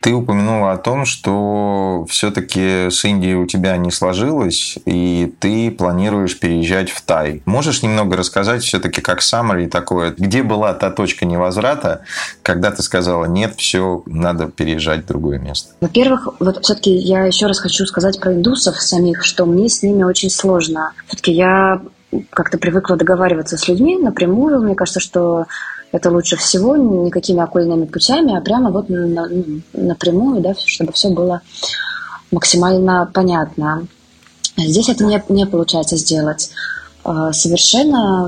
Ты упомянула о том, что все-таки с Индией у тебя не сложилось, и ты планируешь переезжать в Тай. Можешь немного рассказать все-таки как summary такое, где была та точка невозврата, когда ты сказала, нет, все, надо переезжать в другое место? Во-первых, вот все-таки я еще раз хочу сказать про индусов самих, что мне с ними очень сложно. Все-таки я как-то привыкла договариваться с людьми напрямую. Мне кажется, что это лучше всего, никакими окольными путями, а прямо вот напрямую, да, чтобы все было максимально понятно. Здесь это не получается сделать совершенно.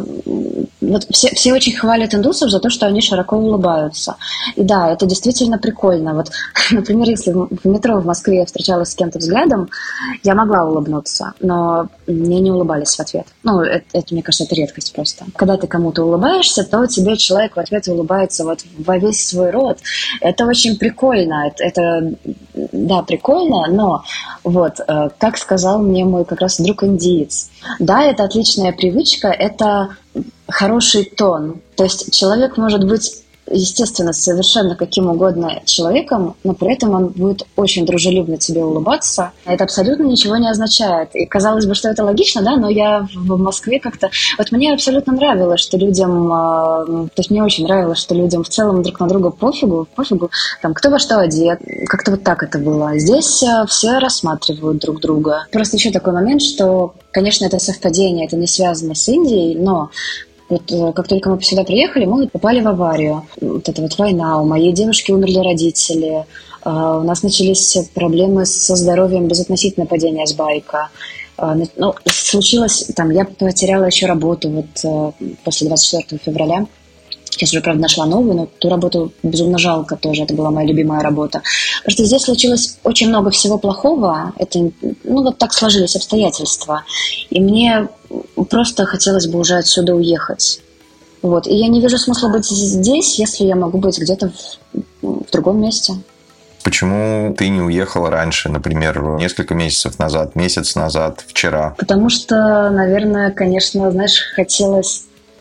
Вот все очень хвалят индусов за то, что они широко улыбаются. И да, это действительно прикольно. Вот, например, если в метро в Москве я встречалась с кем-то взглядом, я могла улыбнуться, но мне не улыбались в ответ. Ну, это мне кажется, это редкость просто. Когда ты кому-то улыбаешься, то тебе человек в ответ улыбается вот во весь свой рот. Это очень прикольно. Это да, прикольно, но вот, как сказал мне мой как раз друг индиец, да, это отличная привычка, это хороший тон. То есть человек может быть, естественно, совершенно каким угодно человеком, но при этом он будет очень дружелюбно тебе улыбаться. Это абсолютно ничего не означает. И казалось бы, что это логично, да, но я в Москве как-то... Вот мне абсолютно нравилось, что людям... То есть мне очень нравилось, что людям в целом друг на друга пофигу, там, кто во что одет. Как-то вот так это было. Здесь все рассматривают друг друга. Просто еще такой момент, что, конечно, это совпадение, это не связано с Индией, но... Вот как только мы сюда приехали, мы попали в аварию. Вот эта вот война, у моей девушки умерли родители, у нас начались проблемы со здоровьем безотносительно падения с байка. Ну, случилось, там, я потеряла еще работу вот после 24 февраля. Сейчас уже, правда, нашла новую, но ту работу безумно жалко тоже. Это была моя любимая работа. Просто здесь случилось очень много всего плохого. Это, ну, вот так сложились обстоятельства. И мне просто хотелось бы уже отсюда уехать. Вот. И я не вижу смысла быть здесь, если я могу быть где-то в другом месте. Почему ты не уехала раньше, например, несколько месяцев назад, месяц назад, вчера? Потому что, наверное, конечно, знаешь, хотелось...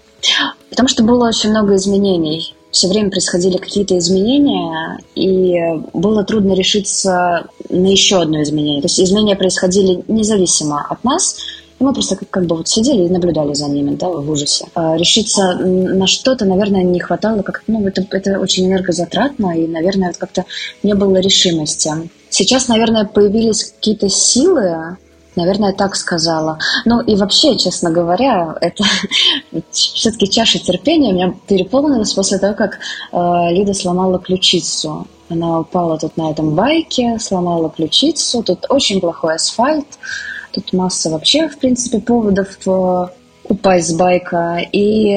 Потому что было очень много изменений. Все время происходили какие-то изменения, и было трудно решиться на еще одно изменение. То есть изменения происходили независимо от нас, и мы просто как бы вот сидели и наблюдали за ними, да, в ужасе. Решиться на что-то, наверное, не хватало. Ну, это очень энергозатратно, и, наверное, вот как-то не было решимости. Сейчас, наверное, появились какие-то силы, наверное, так сказала. Ну и вообще, честно говоря, это все-таки чаша терпения у меня переполнилась после того, как Лида сломала ключицу. Она упала тут на этом байке, сломала ключицу. Тут очень плохой асфальт. Тут масса вообще, в принципе, поводов упасть с байка. И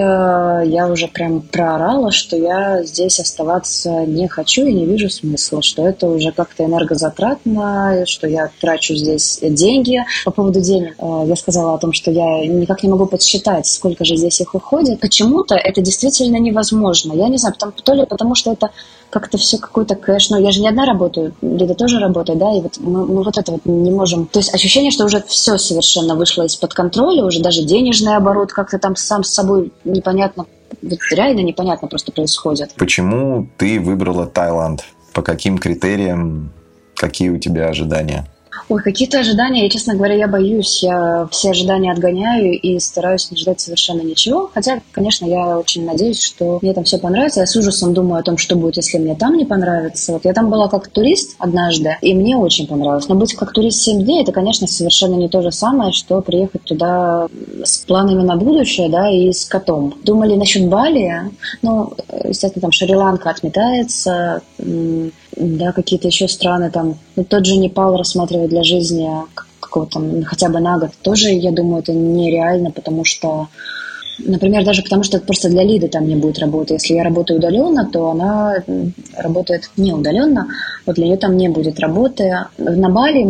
я уже прям проорала, что я здесь оставаться не хочу и не вижу смысла, что это уже как-то энергозатратно, что я трачу здесь деньги. По поводу денег я сказала о том, что я никак не могу подсчитать, сколько же здесь их уходит. Почему-то это действительно невозможно. Я не знаю, то ли потому, что это как-то все какой-то кэш. Но я же не одна работаю, Лида тоже работает, да, и вот мы вот это вот не можем. То есть ощущение, что уже все совершенно вышло из-под контроля, уже даже денежный оборот как-то там сам с собой непонятно, вот реально непонятно просто происходит. Почему ты выбрала Таиланд? По каким критериям? Какие у тебя ожидания? Ой, какие-то ожидания, и, честно говоря, я боюсь. Я все ожидания отгоняю и стараюсь не ждать совершенно ничего. Хотя, конечно, я очень надеюсь, что мне там все понравится. Я с ужасом думаю о том, что будет, если мне там не понравится. Вот я там была как турист однажды, и мне очень понравилось. Но быть как турист 7 дней, это, конечно, совершенно не то же самое, что приехать туда с планами на будущее, да, и с котом. Думали насчет Бали. Ну, естественно, там Шри-Ланка отметается, да, какие-то еще страны там. Ну, тот же Непал рассматривать для жизни какого-то хотя бы на год тоже, я думаю, это нереально, потому что, например, даже потому что просто для Лиды там не будет работы. Если я работаю удаленно, то она работает не удаленно, вот для нее там не будет работы. На Бали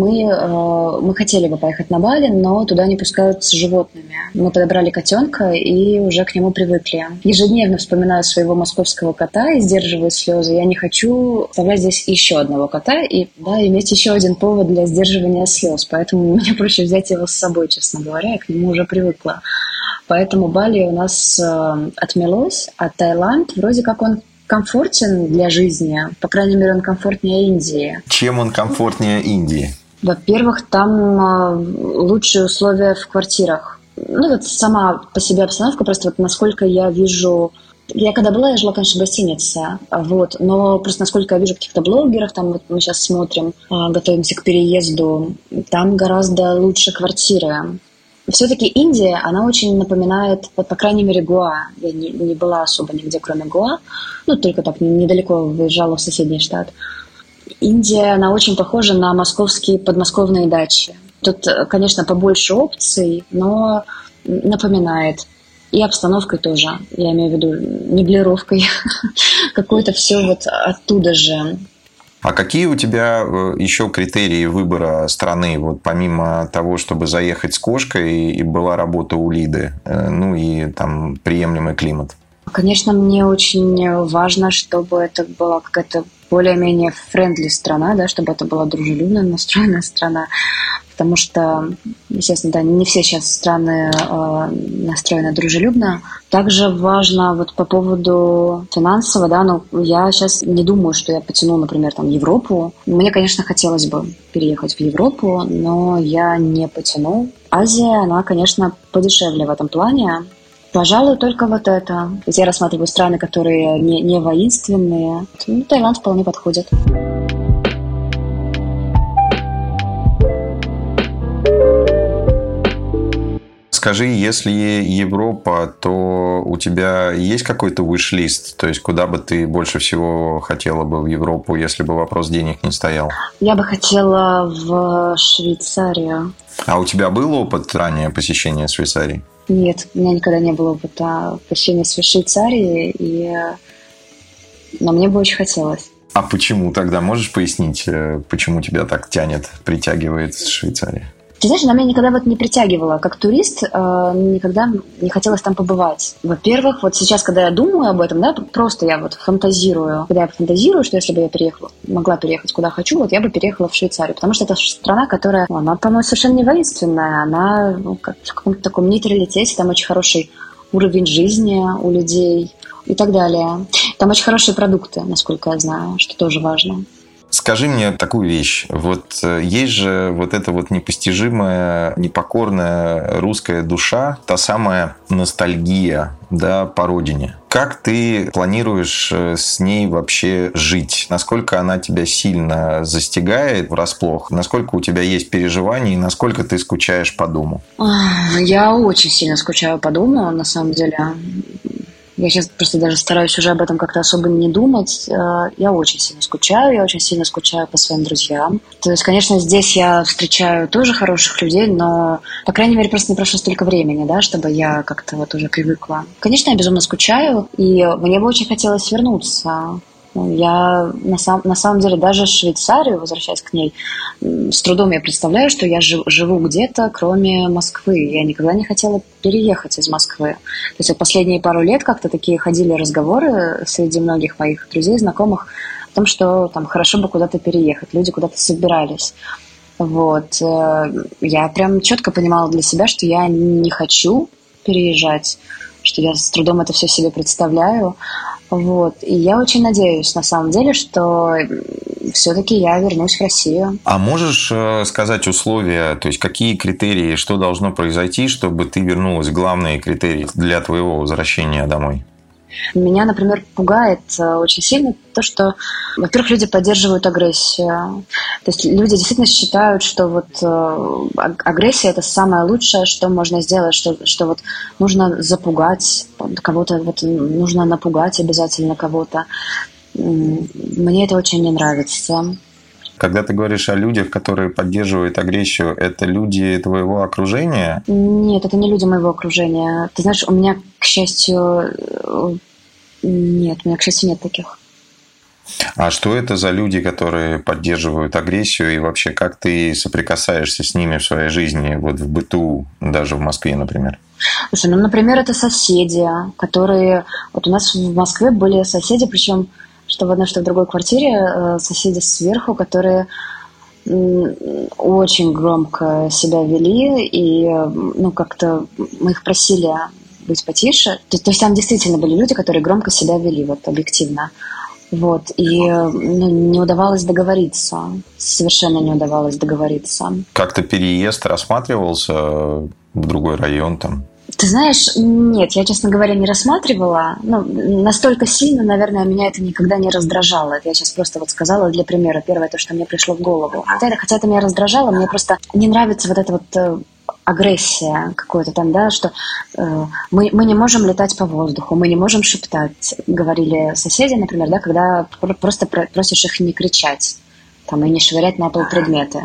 мы хотели бы поехать на Бали, но туда не пускают с животными. Мы подобрали котенка и уже к нему привыкли. Ежедневно вспоминаю своего московского кота и сдерживаю слезы. Я не хочу оставлять здесь еще одного кота и, да, иметь еще один повод для сдерживания слез. Поэтому мне проще взять его с собой, честно говоря, я к нему уже привыкла. Поэтому Бали у нас отмелось, а Таиланд вроде как он комфортен для жизни. По крайней мере, он комфортнее Индии. Чем он комфортнее Индии? Во-первых, там лучшие условия в квартирах. Ну, вот сама по себе обстановка, просто вот насколько я вижу... Я когда была, я жила, конечно, в гостинице, вот, но просто насколько я вижу каких-то блогеров, там вот мы сейчас смотрим, готовимся к переезду, там гораздо лучше квартиры. Все-таки Индия, она очень напоминает, вот, по крайней мере, Гоа. Я не была особо нигде, кроме Гоа, ну, только так недалеко выезжала в соседний штат. Индия, она очень похожа на московские подмосковные дачи. Тут, конечно, побольше опций, но напоминает. И обстановкой тоже, я имею в виду меблировкой, какое-то все вот оттуда же. А какие у тебя еще критерии выбора страны, вот помимо того, чтобы заехать с кошкой и была работа у Лиды, ну и там приемлемый климат? Конечно, мне очень важно, чтобы это была какая-то более-менее френдли страна, да, чтобы это была дружелюбно настроенная страна, потому что, естественно, да, не все сейчас страны настроены дружелюбно. Также важно вот по поводу финансового, да, но я сейчас не думаю, что я потяну, например, там Европу. Мне, конечно, хотелось бы переехать в Европу, но я не потяну. Азия, она, конечно, подешевле в этом плане. Пожалуй, только вот это. То есть я рассматриваю страны, которые не воинственные. Ну, Таиланд вполне подходит. Скажи, если Европа, то у тебя есть какой-то wish-лист? То есть, куда бы ты больше всего хотела бы в Европу, если бы вопрос денег не стоял? Я бы хотела в Швейцарию. А у тебя был опыт ранее посещения Швейцарии? Нет, у меня никогда не было опыта посещения Швейцарии, но мне бы очень хотелось. А почему тогда? Можешь пояснить, почему тебя так тянет, притягивает Швейцария? Ты знаешь, она меня никогда вот не притягивала. Как турист никогда не хотелось там побывать. Во-первых, вот сейчас, когда я думаю об этом, да, просто я вот фантазирую. Когда я фантазирую, что если бы я могла переехать куда хочу, вот я бы переехала в Швейцарию. Потому что это страна, которая, она, по-моему, совершенно не воинственная. Она как в каком-то таком нейтралитете, там очень хороший уровень жизни у людей и так далее. Там очень хорошие продукты, насколько я знаю, что тоже важно. Скажи мне такую вещь. Вот есть же вот эта вот непостижимая, непокорная русская душа, та самая ностальгия, да, по родине. Как ты планируешь с ней вообще жить? Насколько она тебя сильно застигает врасплох? Насколько у тебя есть переживания и насколько ты скучаешь по дому? Я очень сильно скучаю по дому, на самом деле. Я сейчас просто даже стараюсь уже об этом как-то особо не думать. Я очень сильно скучаю по своим друзьям. То есть, конечно, здесь я встречаю тоже хороших людей, но, по крайней мере, просто не прошло столько времени, да, чтобы я как-то вот уже привыкла. Конечно, я безумно скучаю, и мне бы очень хотелось вернуться. Я на самом деле даже в Швейцарию, возвращаясь к ней, с трудом я представляю, что я живу где-то, кроме Москвы. Я никогда не хотела переехать из Москвы. То есть вот последние пару лет как-то такие ходили разговоры среди многих моих друзей, знакомых о том, что там хорошо бы куда-то переехать. Люди куда-то собирались. Вот. Я прям четко понимала для себя, что я не хочу переезжать, что я с трудом это все себе представляю. Вот. И я очень надеюсь, на самом деле, что все-таки я вернусь в Россию. А можешь сказать условия, то есть какие критерии, что должно произойти, чтобы ты вернулась, главные критерии для твоего возвращения домой? Меня, например, пугает очень сильно то, что, во-первых, люди поддерживают агрессию. То есть люди действительно считают, что вот агрессия – это самое лучшее, что можно сделать, что вот нужно запугать кого-то, вот нужно напугать обязательно кого-то. Мне это очень не нравится. Когда ты говоришь о людях, которые поддерживают агрессию, это люди твоего окружения? Нет, это не люди моего окружения. Ты знаешь, у меня, к счастью, нет таких. А что это за люди, которые поддерживают агрессию, и вообще как ты соприкасаешься с ними в своей жизни, вот в быту, даже в Москве, например? Слушай, например, это соседи, которые... Вот у нас в Москве были соседи, причем что в одной, что в другой квартире, соседи сверху, которые очень громко себя вели, и как-то мы их просили быть потише. То есть там действительно были люди, которые громко себя вели, вот объективно. Вот, и не удавалось договориться, совершенно не удавалось договориться. Как-то переезд рассматривался в другой район там? Ты знаешь, нет, я, честно говоря, не рассматривала. Настолько сильно, наверное, меня это никогда не раздражало. Это я сейчас просто вот сказала для примера. Первое, то, что мне пришло в голову. Хотя это меня раздражало, мне просто не нравится вот эта вот агрессия какой-то там, да, что мы не можем летать по воздуху, мы не можем шептать, говорили соседи, например, да, когда просто просишь их не кричать там, и не швырять на пол предметы.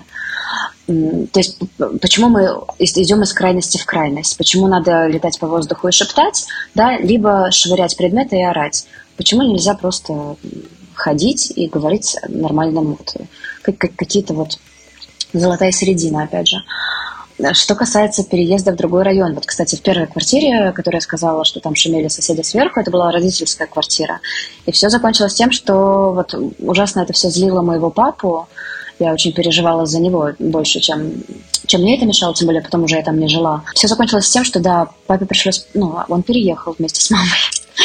То есть почему мы идем из крайности в крайность? Почему надо летать по воздуху и шептать, да, либо швырять предметы и орать? Почему нельзя просто ходить и говорить нормальным, вот, какие-то вот золотая середина, опять же. Что касается переезда в другой район. Вот, кстати, в первой квартире, которая сказала, что там шумели соседи сверху, это была родительская квартира. И все закончилось тем, что вот ужасно это все злило моего папу. Я очень переживала за него больше, чем мне это мешало, тем более потом уже я там не жила. Все закончилось тем, что, да, папе пришлось... он переехал вместе с мамой.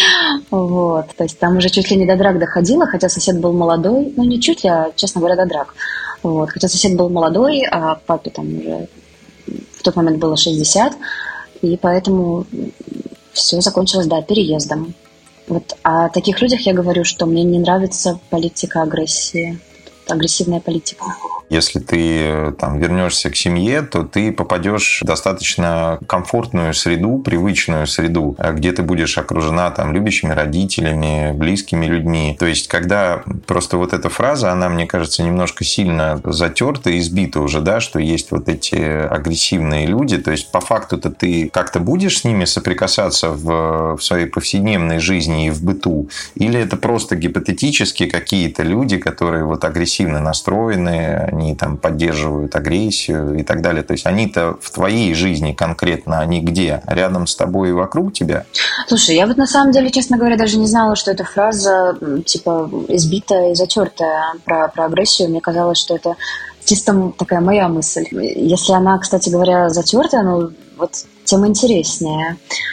Вот. То есть там уже чуть ли не до драк доходило, хотя сосед был молодой. Не чуть ли, а, честно говоря, до драк. Вот. Хотя сосед был молодой, а папе там уже... В тот момент было 60, и поэтому все закончилось, да, переездом. Вот о таких людях я говорю, что мне не нравится политика агрессии, агрессивная политика. Если ты там вернешься к семье, то ты попадешь в достаточно комфортную среду, привычную среду, где ты будешь окружена там любящими родителями, близкими людьми. То есть, когда просто вот эта фраза, она, мне кажется, немножко сильно затерта и избита уже, да, что есть вот эти агрессивные люди. То есть, по факту-то ты как-то будешь с ними соприкасаться в своей повседневной жизни и в быту? Или это просто гипотетически какие-то люди, которые вот агрессивно настроены, они там поддерживают агрессию и так далее. То есть они-то в твоей жизни конкретно, они где? Рядом с тобой и вокруг тебя? Слушай, я вот на самом деле, честно говоря, даже не знала, что эта фраза типа избитая и затертая про агрессию. Мне казалось, что это чисто такая моя мысль. Если она, кстати говоря, затертая, вот тем интереснее.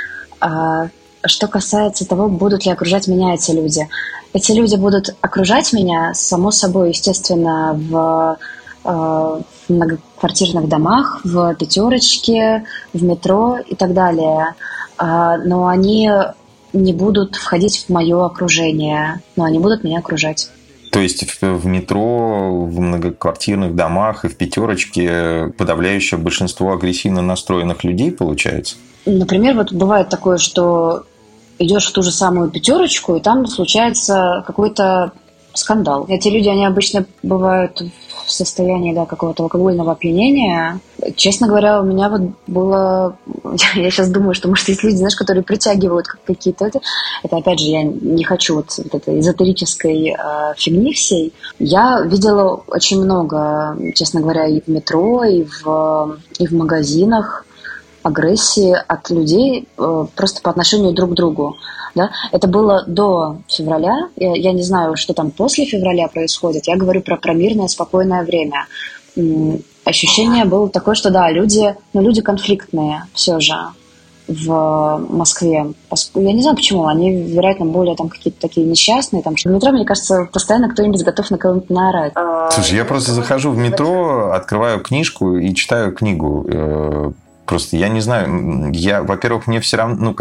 Что касается того, будут ли окружать меня эти люди. Эти люди будут окружать меня, само собой, естественно, в многоквартирных домах, в пятерочке, в метро и так далее. Но они не будут входить в мое окружение, но они будут меня окружать. То есть в метро, в многоквартирных домах и в пятерочке подавляющее большинство агрессивно настроенных людей, получается? Например, вот бывает такое, что идешь в ту же самую пятерочку, и там случается какой-то скандал. Эти люди, они обычно бывают в состоянии, да, какого-то алкогольного опьянения. Честно говоря, у меня вот было... Я сейчас думаю, что, может, есть люди, знаешь, которые притягивают какие-то... Это опять же, я не хочу вот этой эзотерической фигни всей. Я видела очень много, честно говоря, и в метро, и в магазинах агрессии от людей просто по отношению друг к другу. Да? Это было до февраля. Я не знаю, что там после февраля происходит. Я говорю про мирное, спокойное время. Ощущение было такое, что да, люди конфликтные все же в Москве. Я не знаю почему. Они, вероятно, более там какие-то такие несчастные. Там, что в метро, мне кажется, постоянно кто-нибудь готов на кого-нибудь наорать. Слушай, я просто захожу в метро, открываю книжку и читаю книгу. Просто я не знаю, во-первых, мне все равно,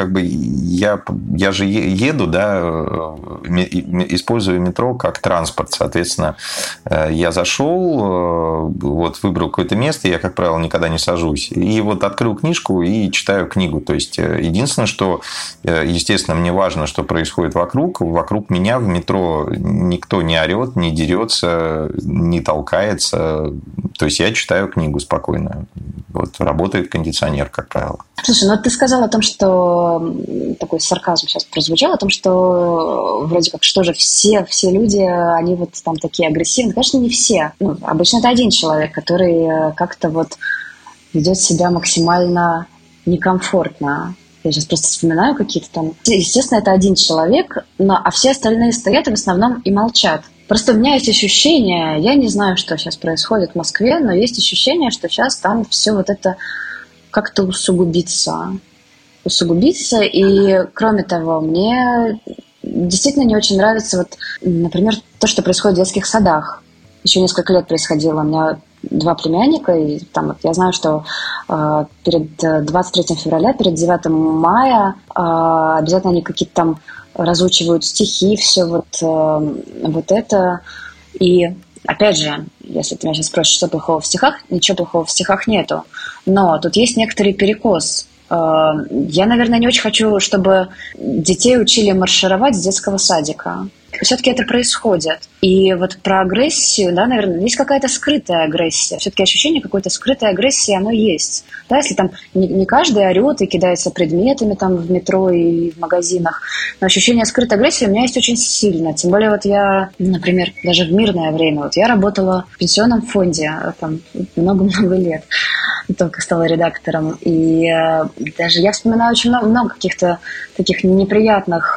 я же еду, да, использую метро как транспорт, соответственно, я зашел, вот выбрал какое-то место, я, как правило, никогда не сажусь, и вот открыл книжку и читаю книгу, то есть единственное, что, естественно, мне важно, что происходит вокруг меня в метро никто не орет, не дерется, не толкается, то есть я читаю книгу спокойно, вот работает кондиционер, как правило. Слушай, ты сказал о том, что такой сарказм сейчас прозвучал, о том, что вроде как, что же, все люди, они вот там такие агрессивные. Конечно, не все. Обычно это один человек, который как-то вот ведет себя максимально некомфортно. Я сейчас просто вспоминаю какие-то там... Естественно, это один человек, а все остальные стоят и в основном и молчат. Просто у меня есть ощущение, я не знаю, что сейчас происходит в Москве, но есть ощущение, что сейчас там все вот это как-то усугубится. усугубиться. И, кроме того, мне действительно не очень нравится, вот, например, то, что происходит в детских садах. Еще несколько лет происходило. У меня 2 племянника, и там вот я знаю, что перед 23 февраля, перед 9 мая обязательно они какие-то там разучивают стихи, все вот это. И опять же, если ты меня сейчас спросишь, что плохого в стихах, ничего плохого в стихах нету. Но тут есть некоторый перекос. Я, наверное, не очень хочу, чтобы детей учили маршировать с детского садика. Все-таки это происходит. И вот про агрессию, да, наверное, есть какая-то скрытая агрессия. Все-таки ощущение какой-то скрытой агрессии, оно есть. Да, если там не каждый орет и кидается предметами там в метро и в магазинах, но ощущение скрытой агрессии у меня есть очень сильно. Тем более вот я, например, даже в мирное время, вот я работала в пенсионном фонде там много-много лет. Только стала редактором. И даже я вспоминаю очень много каких-то таких неприятных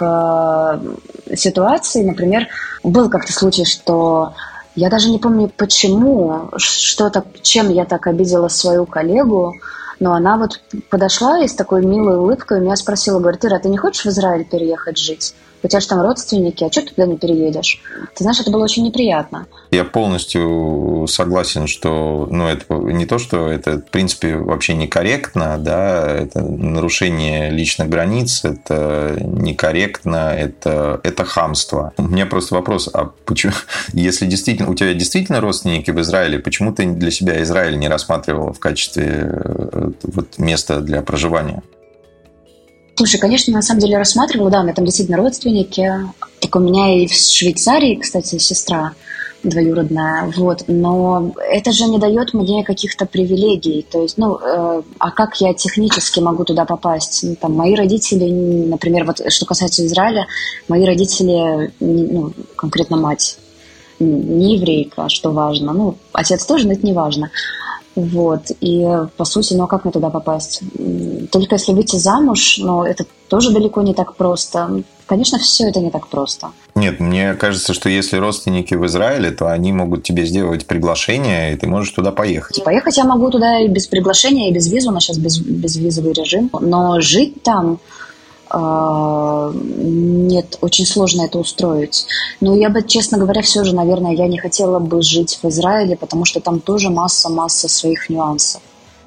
ситуаций. Например, был как-то случай, что я даже не помню почему, чем я так обидела свою коллегу, но она вот подошла и с такой милой улыбкой меня спросила, говорит: Ира, ты не хочешь в Израиль переехать жить? У тебя же там родственники, а что ты туда не переедешь? Ты знаешь, это было очень неприятно. Я полностью согласен, что это не то, что это, в принципе, вообще некорректно, да, это нарушение личных границ, это некорректно, это хамство. У меня просто вопрос, а почему, если действительно, у тебя действительно родственники в Израиле, почему ты для себя Израиль не рассматривала в качестве места для проживания? Слушай, конечно, на самом деле рассматривала, да, у меня там действительно родственники. Так у меня и в Швейцарии, кстати, сестра двоюродная, вот. Но это же не дает мне каких-то привилегий. То есть, а как я технически могу туда попасть? Там мои родители, например, вот что касается Израиля, мои родители, конкретно мать, не еврейка, что важно. Отец тоже, но это не важно. Вот, и по сути, а как мне туда попасть? Только если выйти замуж, но это тоже далеко не так просто. Конечно, все это не так просто. Нет, мне кажется, что если родственники в Израиле, то они могут тебе сделать приглашение, и ты можешь туда поехать. Поехать я могу туда и без приглашения, и без визы, у нас сейчас безвизовый режим. Но жить там... Нет, очень сложно это устроить. Но я бы, честно говоря, все же, наверное, я не хотела бы жить в Израиле, потому что там тоже масса своих нюансов.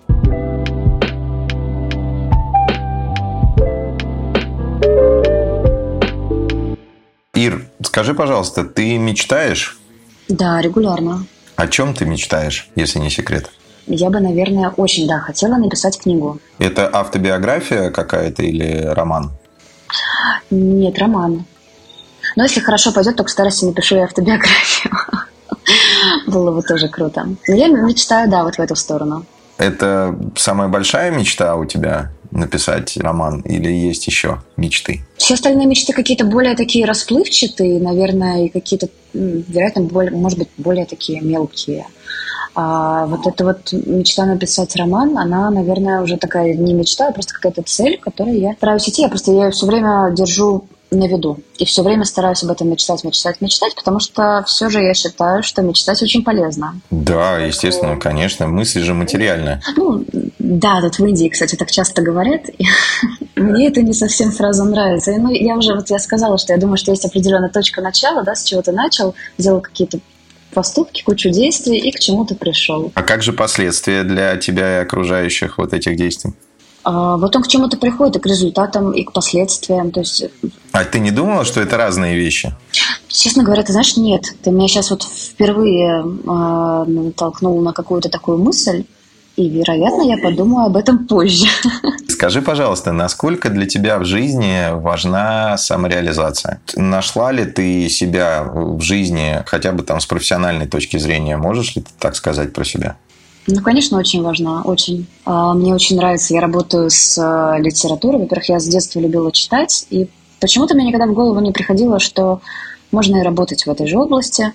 Ир, скажи, пожалуйста, ты мечтаешь? Да, регулярно. О чем ты мечтаешь, если не секрет? Я бы, наверное, очень, хотела написать книгу. Это автобиография какая-то или роман? Нет, роман. Но если хорошо пойдет, то к старости напишу и автобиографию. Было бы тоже круто. Но я мечтаю, вот в эту сторону. Это самая большая мечта у тебя написать роман или есть еще мечты? Все остальные мечты какие-то более такие расплывчатые, наверное, и какие-то, вероятно, может быть, более такие мелкие. А вот эта вот мечта написать роман, она, наверное, уже такая не мечта, а просто какая-то цель, к которой я стараюсь идти. Я ее все время держу на виду. И все время стараюсь об этом мечтать, потому что все же я считаю, что мечтать очень полезно. Да, естественно, конечно. Мысль же материальная. Да, тут в Индии, кстати, так часто говорят. Мне это не совсем сразу нравится. Я сказала, что я думаю, что есть определенная точка начала, да, с чего ты начал, сделал какие-то поступки, кучу действий и к чему ты пришел. А как же последствия для тебя и окружающих вот этих действий? Вот он к чему-то приходит, и к результатам, и к последствиям. То есть... А ты не думала, что это разные вещи? Честно говоря, ты знаешь, нет. Ты меня сейчас впервые натолкнул на какую-то такую мысль, и, вероятно, я подумаю об этом позже. Скажи, пожалуйста, насколько для тебя в жизни важна самореализация? Нашла ли ты себя в жизни хотя бы там с профессиональной точки зрения? Можешь ли ты так сказать про себя? Конечно, очень важна, очень. Мне очень нравится, я работаю с литературой. Во-первых, я с детства любила читать, и почему-то мне никогда в голову не приходило, что можно и работать в этой же области.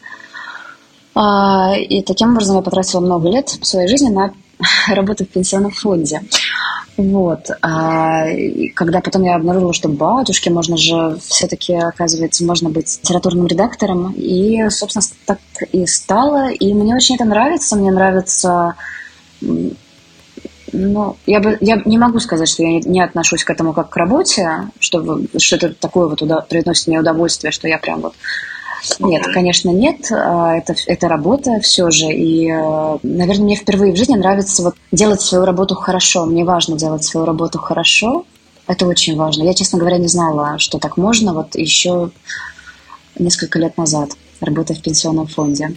И таким образом я потратила много лет своей жизни на работу в пенсионном фонде. Вот. И когда потом я обнаружила, что, батюшки, можно же все-таки, оказывается, можно быть литературным редактором. И, собственно, так и стало. И мне очень это нравится. Мне нравится Я не могу сказать, что я не отношусь к этому как к работе, что это такое вот приносит мне удовольствие, что я прям вот... Нет, конечно, нет. Это работа все же. И, наверное, мне впервые в жизни нравится вот делать свою работу хорошо. Мне важно делать свою работу хорошо. Это очень важно. Я, честно говоря, не знала, что так можно вот еще несколько лет назад, работая в пенсионном фонде.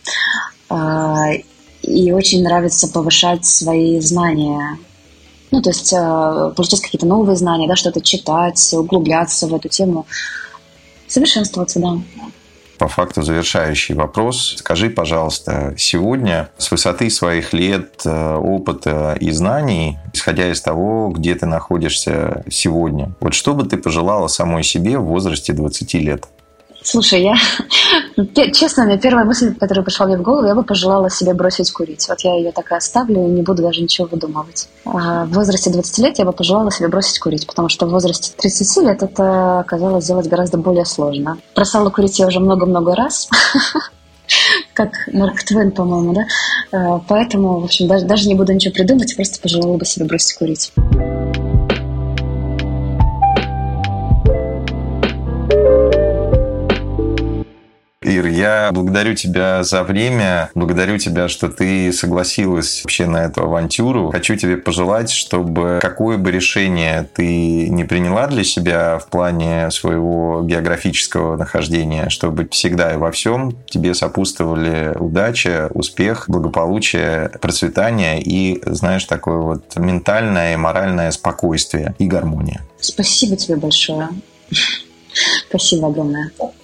И очень нравится повышать свои знания. Ну, то есть получать какие-то новые знания, да, что-то читать, углубляться в эту тему, совершенствоваться, да. По факту завершающий вопрос. Скажи, пожалуйста, сегодня с высоты своих лет, опыта и знаний, исходя из того, где ты находишься сегодня, вот что бы ты пожелала самой себе в возрасте 20 лет? Слушай, честно, мне первая мысль, которая пришла мне в голову, я бы пожелала себе бросить курить. Вот я ее так и оставлю и не буду даже ничего выдумывать. А в возрасте 20 лет я бы пожелала себе бросить курить, потому что в возрасте 30 лет это оказалось сделать гораздо более сложно. Бросала курить я уже много-много раз, как Марк Твен, по-моему, да? Поэтому, в общем, даже не буду ничего придумывать, просто пожелала бы себе бросить курить. Ир, я благодарю тебя за время, благодарю тебя, что ты согласилась вообще на эту авантюру. Хочу тебе пожелать, чтобы какое бы решение ты не приняла для себя в плане своего географического нахождения, чтобы всегда и во всем тебе сопутствовали удача, успех, благополучие, процветание и, знаешь, такое вот ментальное и моральное спокойствие и гармония. Спасибо тебе большое. Спасибо огромное.